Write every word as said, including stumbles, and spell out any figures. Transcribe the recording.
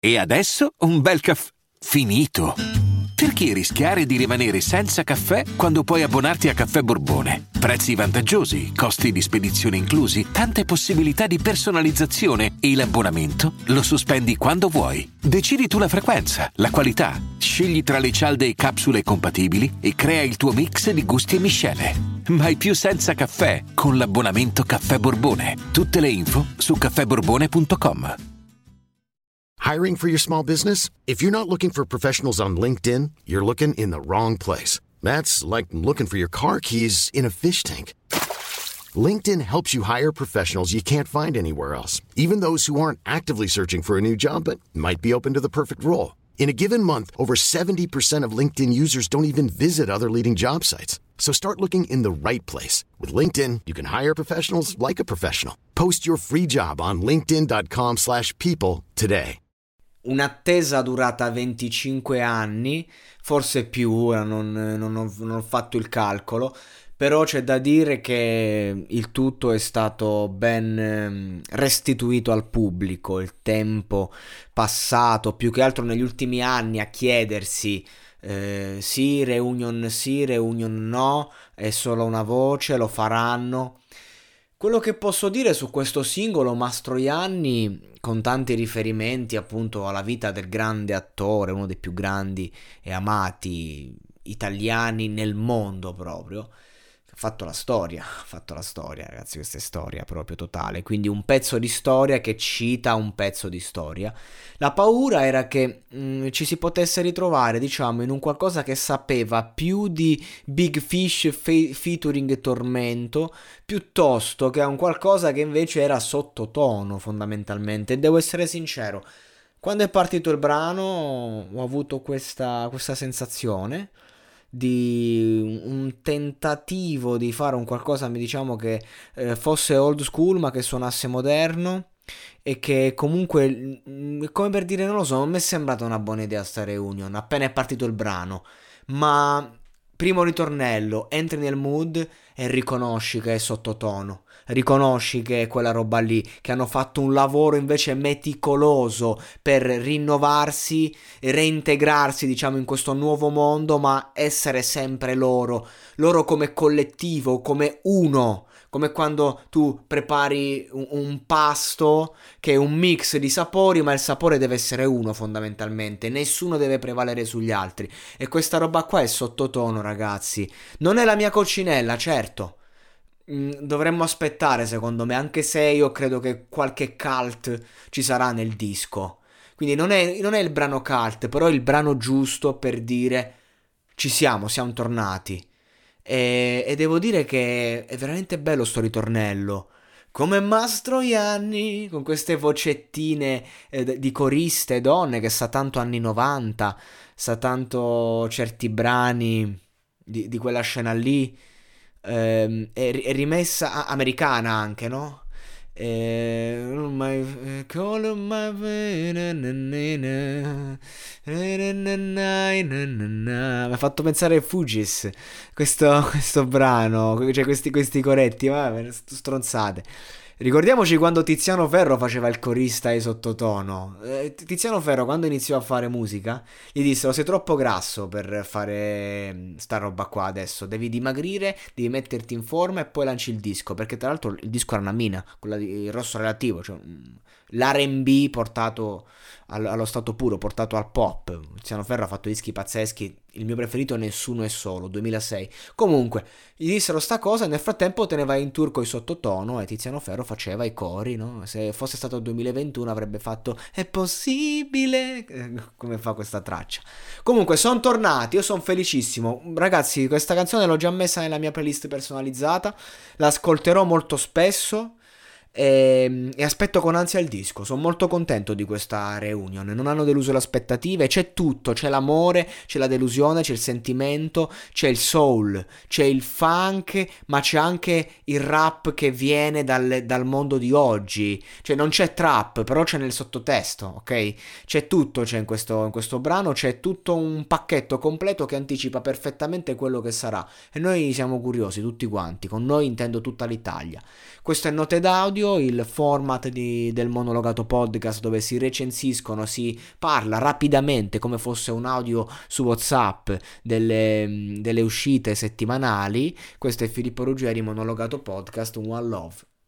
E adesso un bel caffè finito. Perché rischiare di rimanere senza caffè quando puoi abbonarti a Caffè Borbone? Prezzi vantaggiosi, costi di spedizione inclusi, tante possibilità di personalizzazione e l'abbonamento lo sospendi quando vuoi. Decidi tu la frequenza, la qualità, scegli tra le cialde e capsule compatibili e crea il tuo mix di gusti e miscele. Mai più senza caffè con l'abbonamento Caffè Borbone. Tutte le info su caffè borbone punto com. Hiring for your small business? If you're not looking for professionals on LinkedIn, you're looking in the wrong place. That's like looking for your car keys in a fish tank. LinkedIn helps you hire professionals you can't find anywhere else, even those who aren't actively searching for a new job but might be open to the perfect role. In a given month, over seventy percent of LinkedIn users don't even visit other leading job sites. So start looking in the right place. With LinkedIn, you can hire professionals like a professional. Post your free job on linkedin dot com slash people today. Un'attesa durata venticinque anni, forse più, ora non, non, ho, non ho fatto il calcolo, però c'è da dire che il tutto è stato ben restituito al pubblico, il tempo passato, più che altro negli ultimi anni, a chiedersi eh, sì, reunion sì, reunion no, è solo una voce, lo faranno. Quello che posso dire su questo singolo Mastroianni, con tanti riferimenti appunto alla vita del grande attore, uno dei più grandi e amati italiani nel mondo proprio, ha fatto la storia, ha fatto la storia ragazzi, questa è storia proprio totale, quindi un pezzo di storia che cita un pezzo di storia. La paura era che mh, ci si potesse ritrovare, diciamo, in un qualcosa che sapeva più di Big Fish fe- featuring Tormento, piuttosto che a un qualcosa che invece era sottotono fondamentalmente. E devo essere sincero, quando è partito il brano ho avuto questa, questa sensazione di un tentativo di fare un qualcosa, diciamo, che eh, fosse old school ma che suonasse moderno, e che comunque, come per dire, non lo so, non mi è sembrata una buona idea sta reunion appena è partito il brano, ma primo ritornello, entri nel mood e riconosci che è sottotono, riconosci che è quella roba lì, che hanno fatto un lavoro invece meticoloso per rinnovarsi, reintegrarsi, diciamo, in questo nuovo mondo, ma essere sempre loro, loro come collettivo, come uno, come quando tu prepari un, un pasto che è un mix di sapori, ma il sapore deve essere uno fondamentalmente, nessuno deve prevalere sugli altri, e questa roba qua è sottotono ragazzi. Non è la mia coccinella, certo, dovremmo aspettare secondo me, anche se io credo che qualche cult ci sarà nel disco, quindi non è, non è il brano cult, però è il brano giusto per dire ci siamo, siamo tornati. E, e devo dire che è veramente bello sto ritornello, come Mastroianni, con queste vocettine eh, di coriste donne, che sa tanto anni novanta, sa tanto certi brani di, di quella scena lì. Ehm, è, è rimessa a- americana anche, no? Eh, my, call my mi ha fatto pensare ai Fugees questo, questo brano, cioè questi, questi coretti, ma stronzate. Ricordiamoci quando Tiziano Ferro faceva il corista ai sottotono. Eh, Tiziano Ferro, quando iniziò a fare musica, gli dissero: sei troppo grasso per fare sta roba qua adesso, devi dimagrire, devi metterti in forma e poi lanci il disco, perché tra l'altro il disco era una mina, quella di il Rosso Relativo, cioè l'R and B portato allo stato puro, portato al pop. Tiziano Ferro ha fatto dischi pazzeschi, il mio preferito Nessuno è solo, duemilasei. Comunque gli dissero sta cosa e nel frattempo teneva in tour coi sottotono e Tiziano Ferro faceva i cori, no? Se fosse stato il duemilaventuno avrebbe fatto è possibile, come fa questa traccia. Comunque sono tornati, io sono felicissimo ragazzi, questa canzone l'ho già messa nella mia playlist personalizzata, l'ascolterò molto spesso. E, e aspetto con ansia il disco. Sono molto contento di questa reunion. Non hanno deluso le aspettative. C'è tutto: c'è l'amore, c'è la delusione, c'è il sentimento, c'è il soul, c'è il funk, ma c'è anche il rap che viene dal, dal mondo di oggi. Cioè non c'è trap, però c'è nel sottotesto, ok? C'è tutto, c'è in questo, in questo brano. C'è tutto un pacchetto completo che anticipa perfettamente quello che sarà. E noi siamo curiosi tutti quanti. Con noi intendo tutta l'Italia. Questo è Note d'Audio. audio, il format di, del monologato podcast dove si recensiscono, si parla rapidamente come fosse un audio su WhatsApp delle, delle uscite settimanali. Questo è Filippo Ruggeri, monologato podcast, One Love.